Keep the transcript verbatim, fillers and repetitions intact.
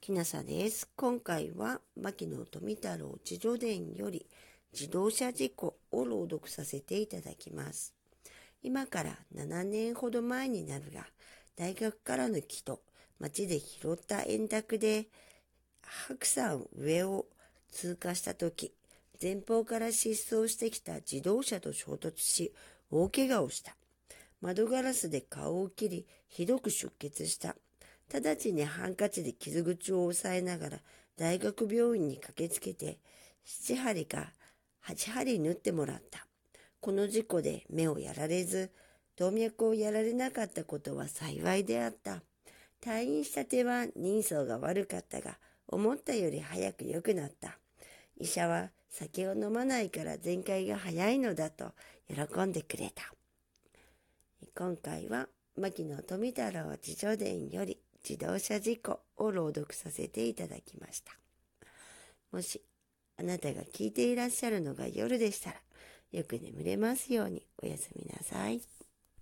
きなさです。今回は牧野富太郎自叙伝より自動車事故を朗読させていただきます。今からななねんほど前になるが、大学からの帰途、町で拾った円卓で白山上を通過したとき、前方から疾走してきた自動車と衝突し、大怪我をした。窓ガラスで顔を切り、ひどく出血した。直ちにハンカチで傷口を押さえながら大学病院に駆けつけてなな針かはち針縫ってもらった。この事故で目をやられず動脈をやられなかったことは幸いであった。退院したては人相が悪かったが思ったより早く良くなった。医者は酒を飲まないから全快が早いのだと喜んでくれた。今回は牧野富太郎自叙伝より自動車事故を朗読させていただきました。もしあなたが聞いていらっしゃるのが夜でしたら、よく眠れますようにおやすみなさい。